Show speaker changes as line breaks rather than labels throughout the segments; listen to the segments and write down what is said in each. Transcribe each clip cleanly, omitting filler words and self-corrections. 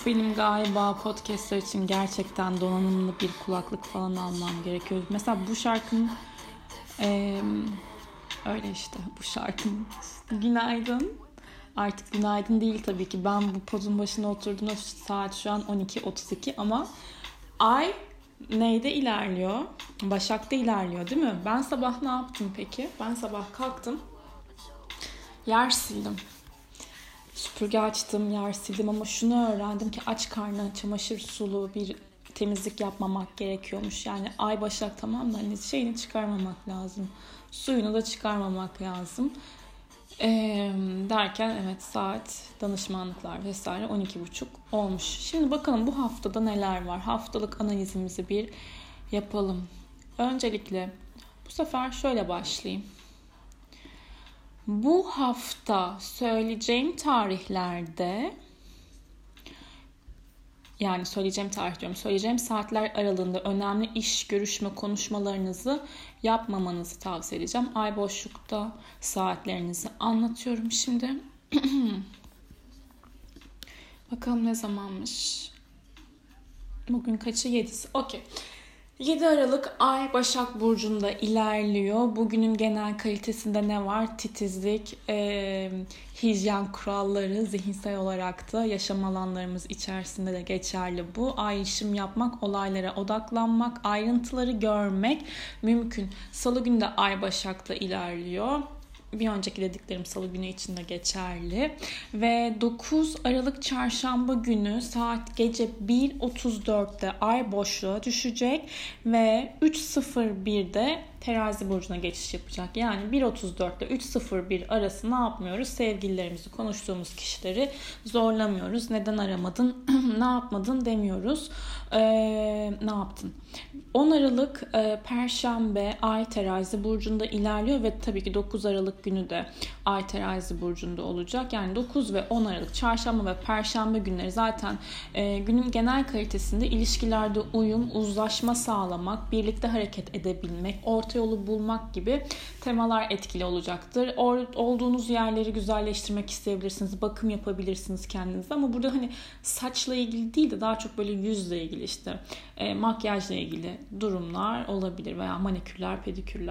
Benim galiba podcastler için gerçekten donanımlı bir kulaklık falan almam gerekiyor. Mesela bu şarkının öyle işte bu şarkının günaydın. Artık günaydın değil tabii ki. Ben bu podun başına oturduğumda saat şu an 12.32 ama ay neyde ilerliyor? Başak'ta ilerliyor değil mi? Ben sabah ne yaptım peki? Ben sabah kalktım. Yer sildim. Süpürge açtım, yer sildim ama şunu öğrendim ki aç karnına çamaşır sulu bir temizlik yapmamak gerekiyormuş. Yani ay başak tamam da hani şeyini çıkarmamak lazım. Suyunu da çıkarmamak lazım. Derken evet saat danışmanlıklar vesaire 12.30 olmuş. Şimdi bakalım bu haftada neler var? Haftalık analizimizi bir yapalım. Öncelikle bu sefer şöyle başlayayım. Bu hafta söyleyeceğim tarihlerde yani söyleyeceğim saatler aralığında önemli iş, görüşme, konuşmalarınızı yapmamanızı tavsiye edeceğim. Ay boşlukta saatlerinizi anlatıyorum şimdi. Bakalım ne zamanmış. Bugün kaçı? 7'si. Okey. 7 Aralık Ay Başak Burcu'nda ilerliyor. Bugünün genel kalitesinde ne var? Titizlik, hijyen kuralları, zihinsel olarak da yaşam alanlarımız içerisinde de geçerli bu. Ayrışım yapmak, olaylara odaklanmak, ayrıntıları görmek mümkün. Salı günü de Ay Başak'ta ilerliyor. Bir önceki dediklerim salı günü için de geçerli. Ve 9 Aralık Çarşamba günü saat gece 1.34'te Ay boşluğa düşecek ve 3.01'de Terazi burcuna geçiş yapacak. Yani 1.34 ile 3.01 arası ne yapmıyoruz? Sevgililerimizi, konuştuğumuz kişileri zorlamıyoruz. Neden aramadın, ne yapmadın demiyoruz. Ne yaptın? 10 Aralık Perşembe Ay Terazi burcunda ilerliyor ve tabii ki 9 Aralık günü de Ay Terazi burcunda olacak. Yani 9 ve 10 Aralık Çarşamba ve Perşembe günleri zaten günün genel kalitesinde ilişkilerde uyum, uzlaşma sağlamak, birlikte hareket edebilmek, orta yolu bulmak gibi temalar etkili olacaktır. Olduğunuz yerleri güzelleştirmek isteyebilirsiniz, bakım yapabilirsiniz kendinize ama burada hani saçla ilgili değil de daha çok böyle yüzle ilgili işte makyajla ilgili durumlar olabilir veya manikürler, pedikürler.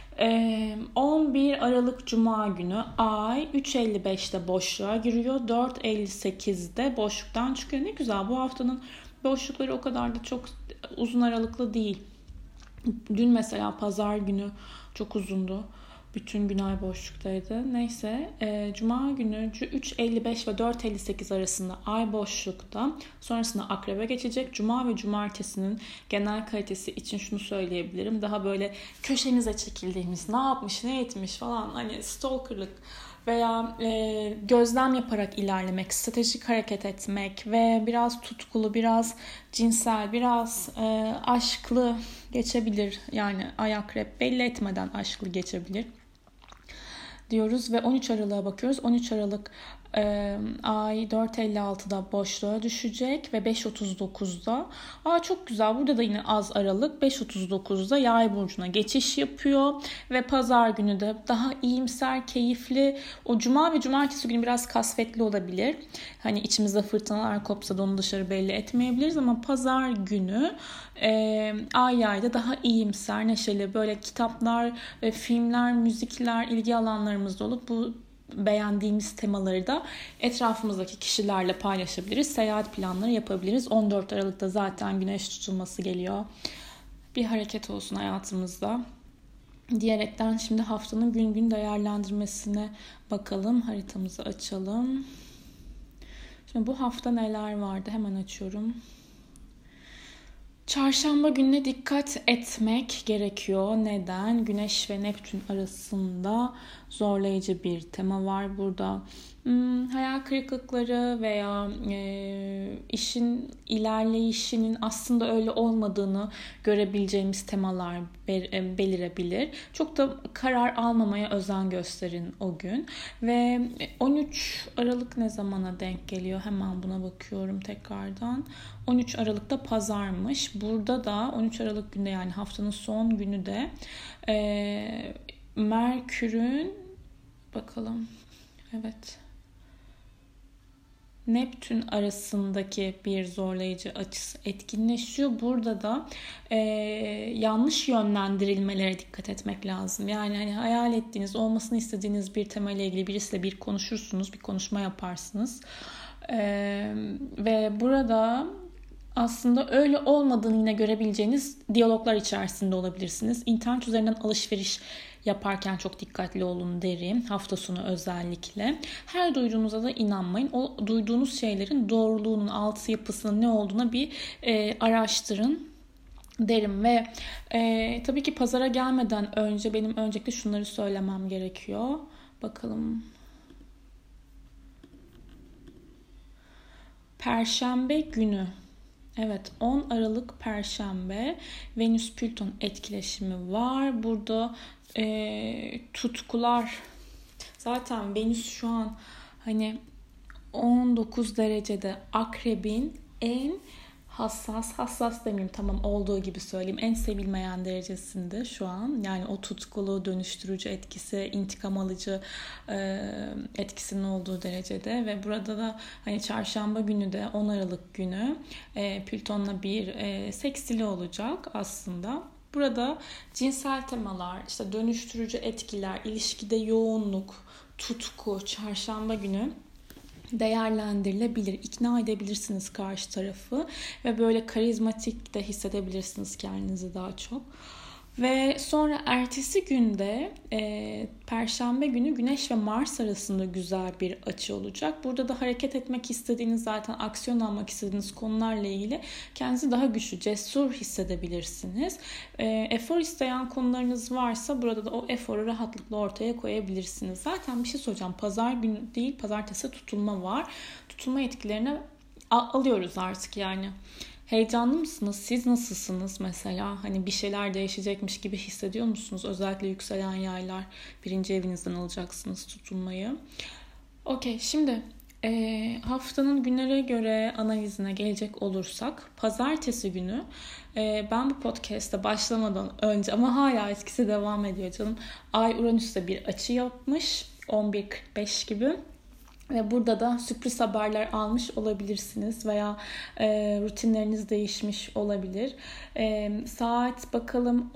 11 Aralık Cuma günü Ay 3.55'te boşluğa giriyor. 4.58'de boşluktan çıkıyor. Ne güzel, bu haftanın boşlukları o kadar da çok uzun aralıklı değil. Dün mesela pazar günü çok uzundu. Bütün gün ay boşluktaydı. Neyse Cuma günü 3.55 ve 4.58 arasında ay boşlukta. Sonrasında akrebe geçecek. Cuma ve cumartesinin genel kalitesi için şunu söyleyebilirim. Daha böyle köşenize çekildiğimiz, ne yapmış, ne etmiş falan hani stalkerlık veya gözlem yaparak ilerlemek, stratejik hareket etmek ve biraz tutkulu, biraz cinsel, biraz aşklı geçebilir. Yani ay akrep belli etmeden aşklı geçebilir diyoruz ve 13 Aralık'a bakıyoruz. 13 Aralık ay 4.56'da boşluğa düşecek ve 5.39'da. Çok güzel. Burada da yine az aralık. 5.39'da Yay burcuna geçiş yapıyor ve pazar günü de daha iyimser, keyifli. O cuma ve cumartesi günü biraz kasvetli olabilir. Hani içimizde fırtınalar kopsa da onu dışarı belli etmeyebiliriz ama pazar günü ay yayda daha iyimser, neşeli böyle kitaplar, filmler, müzikler ilgi alanlarımızda olup bu beğendiğimiz temaları da etrafımızdaki kişilerle paylaşabiliriz. Seyahat planları yapabiliriz. 14 Aralık'ta zaten güneş tutulması geliyor. Bir hareket olsun hayatımızda diyerekten şimdi haftanın gün gün değerlendirmesine bakalım. Haritamızı açalım. Şimdi bu hafta neler vardı? Hemen açıyorum. Çarşamba gününe dikkat etmek gerekiyor. Neden? Güneş ve Neptün arasında zorlayıcı bir tema var burada. Hayal kırıklıkları veya işin ilerleyişinin aslında öyle olmadığını görebileceğimiz temalar belirebilir. Çok da karar almamaya özen gösterin o gün. Ve 13 Aralık ne zamana denk geliyor? Hemen buna bakıyorum tekrardan. 13 Aralık'ta pazarmış. Burada da 13 Aralık günde yani haftanın son günü de Merkür'ün bakalım. Evet. Neptün arasındaki bir zorlayıcı açısı etkinleşiyor. Burada da yanlış yönlendirilmelere dikkat etmek lazım. Yani hani hayal ettiğiniz, olmasını istediğiniz bir temayla ilgili birisiyle bir konuşursunuz, bir konuşma yaparsınız. Ve burada aslında öyle olmadığını yine görebileceğiniz diyaloglar içerisinde olabilirsiniz. İnternet üzerinden alışveriş yaparken çok dikkatli olun derim. Hafta sonu özellikle. Her duyduğunuza da inanmayın. O duyduğunuz şeylerin doğruluğunun, altyapısının yapısının ne olduğuna bir araştırın derim. Ve tabii ki pazara gelmeden önce benim öncelikle şunları söylemem gerekiyor. Bakalım. Perşembe günü. Evet, 10 Aralık Perşembe Venüs-Plüton etkileşimi var. Burada tutkular, zaten Venüs şu an hani 19 derecede Akrebin en hassas demeyeyim, tamam olduğu gibi söyleyeyim, en sevilmeyen derecesinde şu an. Yani o tutkulu, dönüştürücü etkisi, intikam alıcı etkisinin olduğu derecede. Ve burada da hani çarşamba günü de 10 Aralık günü Plüton'la bir seksili olacak aslında. Burada cinsel temalar, işte dönüştürücü etkiler, ilişkide yoğunluk, tutku çarşamba günü değerlendirilebilir. İkna edebilirsiniz karşı tarafı ve böyle karizmatik de hissedebilirsiniz kendinizi daha çok. Ve sonra ertesi günde Perşembe günü Güneş ve Mars arasında güzel bir açı olacak. Burada da hareket etmek istediğiniz, zaten aksiyon almak istediğiniz konularla ilgili kendinizi daha güçlü, cesur hissedebilirsiniz. Efor isteyen konularınız varsa burada da o eforu rahatlıkla ortaya koyabilirsiniz. Zaten bir şey söyleyeceğim. Pazar günü değil, pazartesi tutulma var. Tutulma etkilerini alıyoruz artık yani. Heyecanlı mısınız? Siz nasılsınız mesela? Hani bir şeyler değişecekmiş gibi hissediyor musunuz? Özellikle yükselen yaylar. 1. evinizden alacaksınız tutulmayı. Okey, şimdi haftanın günlere göre analizine gelecek olursak, pazartesi günü ben bu podcast'te başlamadan önce, ama hala etkisi devam ediyor canım, Ay Uranüs'te bir açı yapmış 11.45 gibi. Ve burada da sürpriz haberler almış olabilirsiniz veya rutinleriniz değişmiş olabilir. Saat bakalım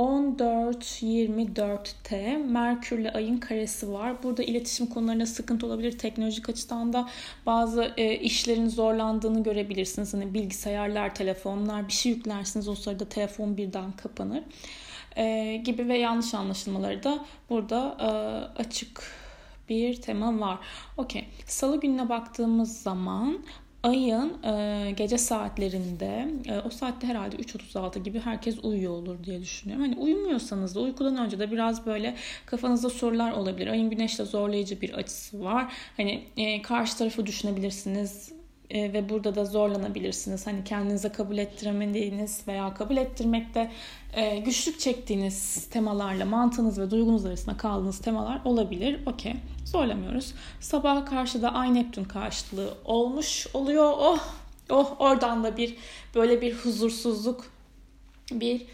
14.24'te Merkürle Ay'ın karesi var. Burada iletişim konularında sıkıntı olabilir. Teknolojik açıdan da bazı işlerin zorlandığını görebilirsiniz. Hani bilgisayarlar, telefonlar, bir şey yüklersiniz, o sırada telefon birden kapanır gibi ve yanlış anlaşılmaları da burada açık bir tema var. Okey. Salı gününe baktığımız zaman Ay'ın gece saatlerinde, o saatte herhalde 3.36 gibi herkes uyuyor olur diye düşünüyorum. Hani uyumuyorsanız da uykudan önce de biraz böyle kafanızda sorular olabilir. Ay'ın Güneş'le zorlayıcı bir açısı var. Hani karşı tarafı düşünebilirsiniz ve burada da zorlanabilirsiniz. Hani kendinize kabul ettiremediğiniz veya kabul ettirmekte güçlük çektiğiniz temalarla mantığınız ve duygunuz arasında kaldığınız temalar olabilir. Okey. Zorlamıyoruz. Sabaha karşı da Ay Neptün karşıtlığı olmuş oluyor. Oradan da bir böyle bir huzursuzluk, bir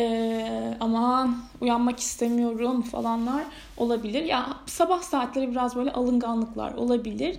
aman uyanmak istemiyorum falanlar olabilir. Ya sabah saatleri biraz böyle alınganlıklar olabilir.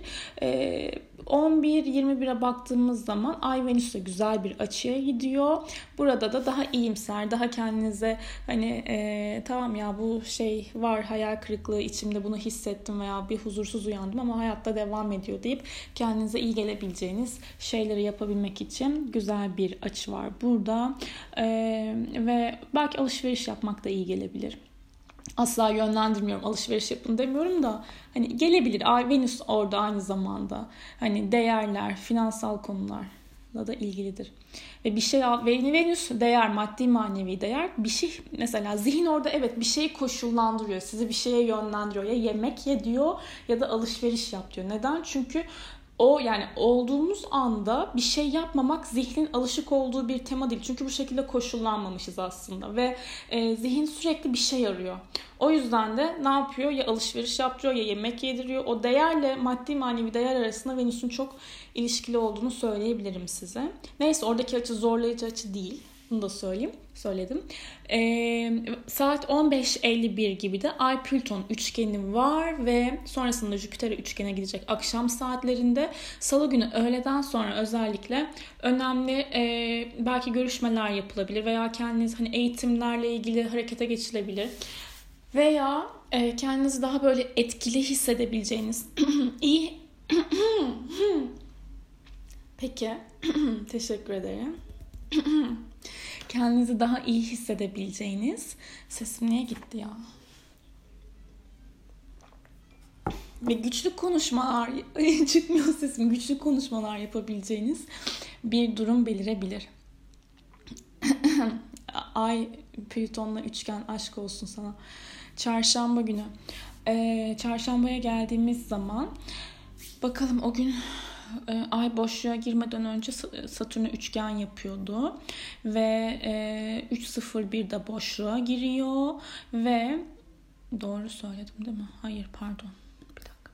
11-21'e baktığımız zaman Ay Venüs'e güzel bir açıya gidiyor. Burada da daha iyimser, daha kendinize hani tamam ya bu şey var, hayal kırıklığı içimde, bunu hissettim veya bir huzursuz uyandım ama hayatta devam ediyor deyip kendinize iyi gelebileceğiniz şeyleri yapabilmek için güzel bir açı var burada. Ve belki alışveriş yapmak da iyi gelebilir. Asla yönlendirmiyorum, alışveriş yapın demiyorum da hani gelebilir. Ay Venüs orada aynı zamanda. Hani değerler, finansal konularla da ilgilidir. Ve bir şey, Venüs değer, maddi manevi değer. Bir şey mesela zihin orada evet bir şeyi koşullandırıyor. Sizi bir şeye yönlendiriyor. Ya yemek ye diyor ya da alışveriş yap diyor. Neden? Çünkü o yani olduğumuz anda bir şey yapmamak zihnin alışık olduğu bir tema değil. Çünkü bu şekilde koşullanmamışız aslında ve zihin sürekli bir şey arıyor. O yüzden de ne yapıyor? Ya alışveriş yaptırıyor ya yemek yediriyor. O değerle maddi manevi değer arasında Venüs'ün çok ilişkili olduğunu söyleyebilirim size. Neyse, oradaki açı zorlayıcı açı değil. Bunu da söyledim. Saat 15.51 gibi de Ay Plüton üçgeni var ve sonrasında Jüpiter'e üçgene gidecek akşam saatlerinde. Salı günü öğleden sonra özellikle önemli belki görüşmeler yapılabilir veya kendiniz hani eğitimlerle ilgili harekete geçilebilir. Veya kendinizi daha böyle etkili hissedebileceğiniz iyi peki teşekkür ederim. Kendinizi daha iyi hissedebileceğiniz, sesim niye gitti ya? Ve güçlü konuşmalar çıkmıyor sesim. Güçlü konuşmalar yapabileceğiniz bir durum belirebilir. Ay Plüton'la üçgen, aşk olsun sana. Çarşamba günü. Çarşambaya geldiğimiz zaman bakalım o gün Ay boşluğa girmeden önce Satürn'e üçgen yapıyordu ve 3.01'de boşluğa giriyor ve doğru söyledim değil mi? Hayır pardon. Bir dakika.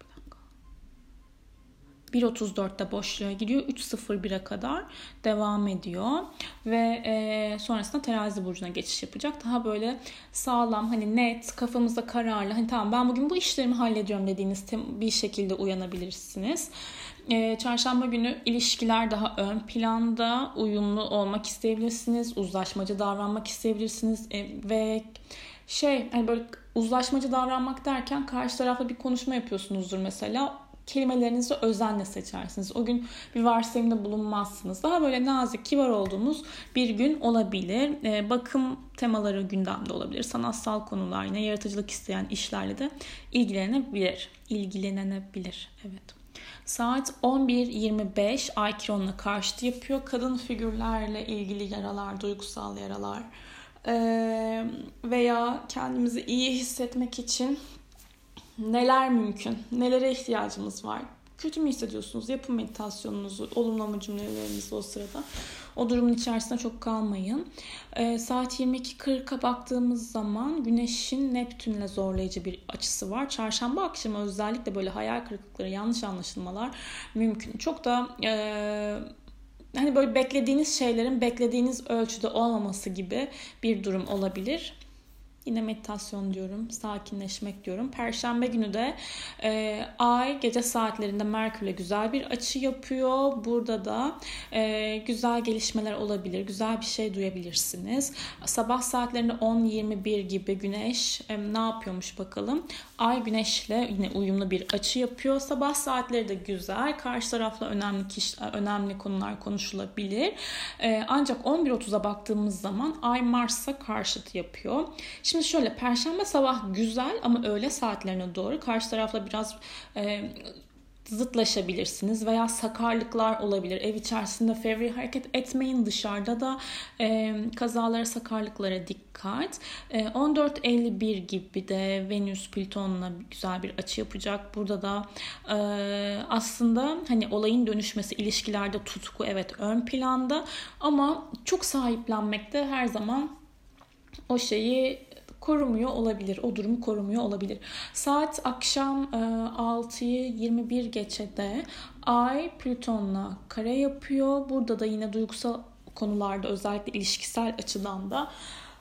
1.34'te boşluğa giriyor. 3.01'e kadar devam ediyor. Ve sonrasında Terazi burcuna geçiş yapacak. Daha böyle sağlam, hani net, kafamızda kararlı. Hani tamam ben bugün bu işlerimi hallediyorum dediğiniz bir şekilde uyanabilirsiniz. Çarşamba günü ilişkiler daha ön planda, uyumlu olmak isteyebilirsiniz. Uzlaşmacı davranmak isteyebilirsiniz. Ve hani böyle uzlaşmacı davranmak derken karşı tarafla bir konuşma yapıyorsunuzdur mesela. Kelimelerinizi özenle seçersiniz. O gün bir varsayımda bulunmazsınız. Daha böyle nazik, kibar olduğunuz bir gün olabilir. Bakım temaları gündemde olabilir. Sanatsal konular, yine yaratıcılık isteyen işlerle de ilgilenebilir. Evet. Saat 11.25 Ay Kiron'la karşıtı yapıyor. Kadın figürlerle ilgili yaralar, duygusal yaralar veya kendimizi iyi hissetmek için neler mümkün, nelere ihtiyacımız var? Kötü mü hissediyorsunuz? Yapın meditasyonunuzu, olumlama cümlelerinizi o sırada. O durumun içerisinde çok kalmayın. Saat 22.40'a baktığımız zaman Güneş'in Neptün'le zorlayıcı bir açısı var. Çarşamba akşamı özellikle böyle hayal kırıklıkları, yanlış anlaşılmalar mümkün. Çok da hani böyle beklediğiniz şeylerin beklediğiniz ölçüde olmaması gibi bir durum olabilir. Yine meditasyon diyorum, sakinleşmek diyorum. Perşembe günü de Ay gece saatlerinde Merkür'le güzel bir açı yapıyor. Burada da güzel gelişmeler olabilir, güzel bir şey duyabilirsiniz. Sabah saatlerinde 10.21 gibi Güneş ne yapıyormuş bakalım. Ay Güneş'le yine uyumlu bir açı yapıyor. Sabah saatleri de güzel. Karşı tarafla önemli konular konuşulabilir. Ancak 11.30'a baktığımız zaman Ay Mars'a karşıt yapıyor. Şimdi şöyle, Perşembe sabah güzel ama öğle saatlerine doğru karşı tarafla biraz zıtlaşabilirsiniz veya sakarlıklar olabilir. Ev içerisinde fevri hareket etmeyin. Dışarıda da kazalara, sakarlıklara dikkat. 14.51 gibi de Venüs Plüton'la güzel bir açı yapacak. Burada da aslında hani olayın dönüşmesi, ilişkilerde tutku evet ön planda ama çok sahiplenmek de her zaman o şeyi korumuyor olabilir. O durumu korumuyor olabilir. Saat akşam 6'yı 21 geçede Ay Plüton'la kare yapıyor. Burada da yine duygusal konularda özellikle ilişkisel açıdan da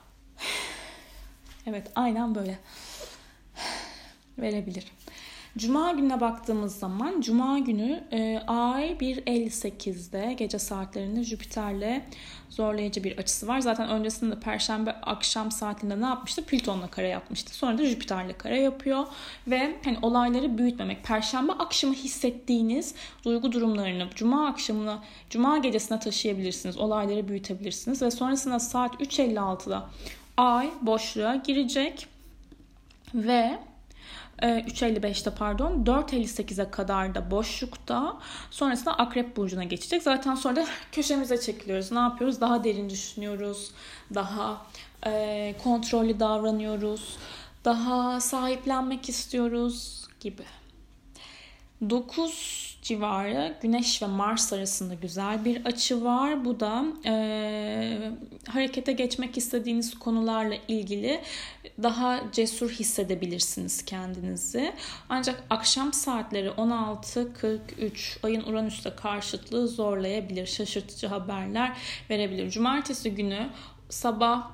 evet aynen böyle verebilir. Cuma gününe baktığımız zaman Cuma günü Ay 1.58'de gece saatlerinde Jüpiter'le zorlayıcı bir açısı var. Zaten öncesinde Perşembe akşam saatinde ne yapmıştı? Plüton'la kare yapmıştı. Sonra da Jüpiter'le kare yapıyor. Ve hani olayları büyütmemek. Perşembe akşamı hissettiğiniz duygu durumlarını Cuma gecesine taşıyabilirsiniz. Olayları büyütebilirsiniz. Ve sonrasında saat 3.56'da Ay boşluğa girecek. Ve 3.55'te 4.58'e kadar da boşlukta. Sonrasında Akrep Burcu'na geçecek. Zaten sonra da köşemize çekiliyoruz. Ne yapıyoruz? Daha derin düşünüyoruz. Daha kontrollü davranıyoruz. Daha sahiplenmek istiyoruz gibi. 9 civarı Güneş ve Mars arasında güzel bir açı var. Bu da harekete geçmek istediğiniz konularla ilgili daha cesur hissedebilirsiniz kendinizi. Ancak akşam saatleri 16:43 ayın Uranüs'te karşıtlığı zorlayabilir. Şaşırtıcı haberler verebilir. Cumartesi günü sabah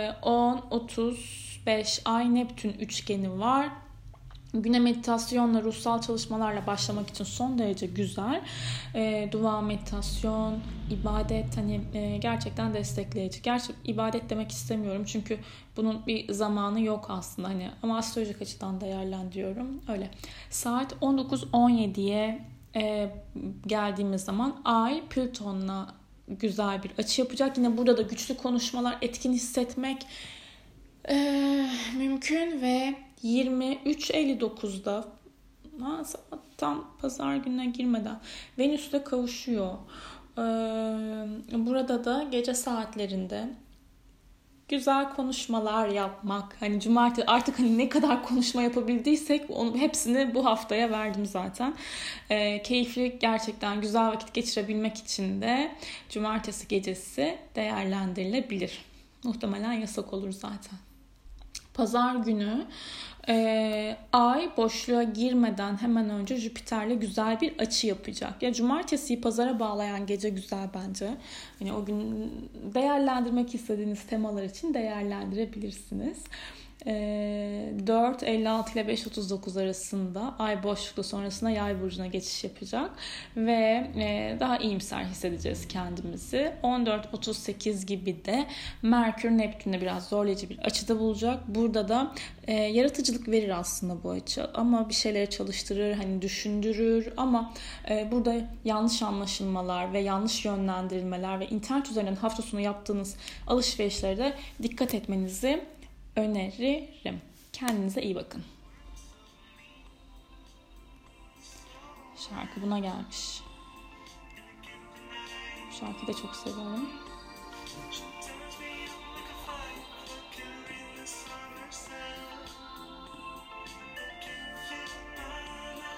10:35 Ay Neptün üçgeni var. Güne meditasyonla, ruhsal çalışmalarla başlamak için son derece güzel. Dua, meditasyon, ibadet gerçekten destekleyici. Gerçi ibadet demek istemiyorum çünkü bunun bir zamanı yok aslında ama astrolojik açıdan değerlendiriyorum. Öyle. Saat 19:17'ye geldiğimiz zaman Ay Plüton'la güzel bir açı yapacak. Yine burada da güçlü konuşmalar, etkin hissetmek mümkün ve 23:59'da tam pazar gününe girmeden Venüs'le kavuşuyor. Burada da gece saatlerinde güzel konuşmalar yapmak. Cumartesi artık ne kadar konuşma yapabildiysek onun hepsini bu haftaya verdim zaten. Keyifli, gerçekten güzel vakit geçirebilmek için de cumartesi gecesi değerlendirilebilir. Muhtemelen yasak olur zaten. Pazar günü Ay boşluğa girmeden hemen önce Jüpiter'le güzel bir açı yapacak. Ya cumartesiyi pazara bağlayan gece güzel bence. O gün değerlendirmek istediğiniz temalar için değerlendirebilirsiniz. 4:56 ile 5:39 arasında Ay boşlukta sonrasında Yay burcuna geçiş yapacak ve daha iyimser hissedeceğiz kendimizi. 14:38 gibi de Merkür Neptün'le biraz zorlayıcı bir açıda bulacak. Burada da yaratıcılık verir aslında bu açı ama bir şeyleri çalıştırır, düşündürür ama burada yanlış anlaşılmalar ve yanlış yönlendirilmeler ve internet üzerinden hafta sonu yaptığınız alışverişlere de dikkat etmenizi öneririm. Kendinize iyi bakın. Şarkı buna gelmiş. Bu şarkıyı da çok seviyorum.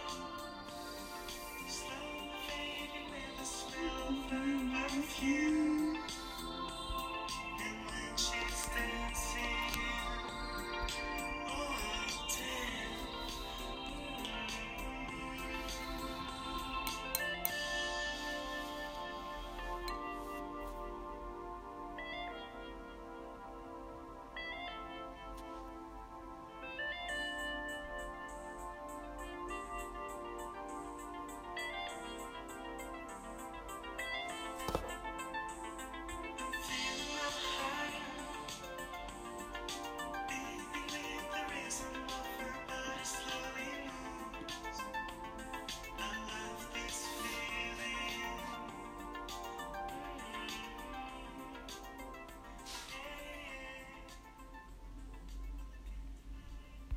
You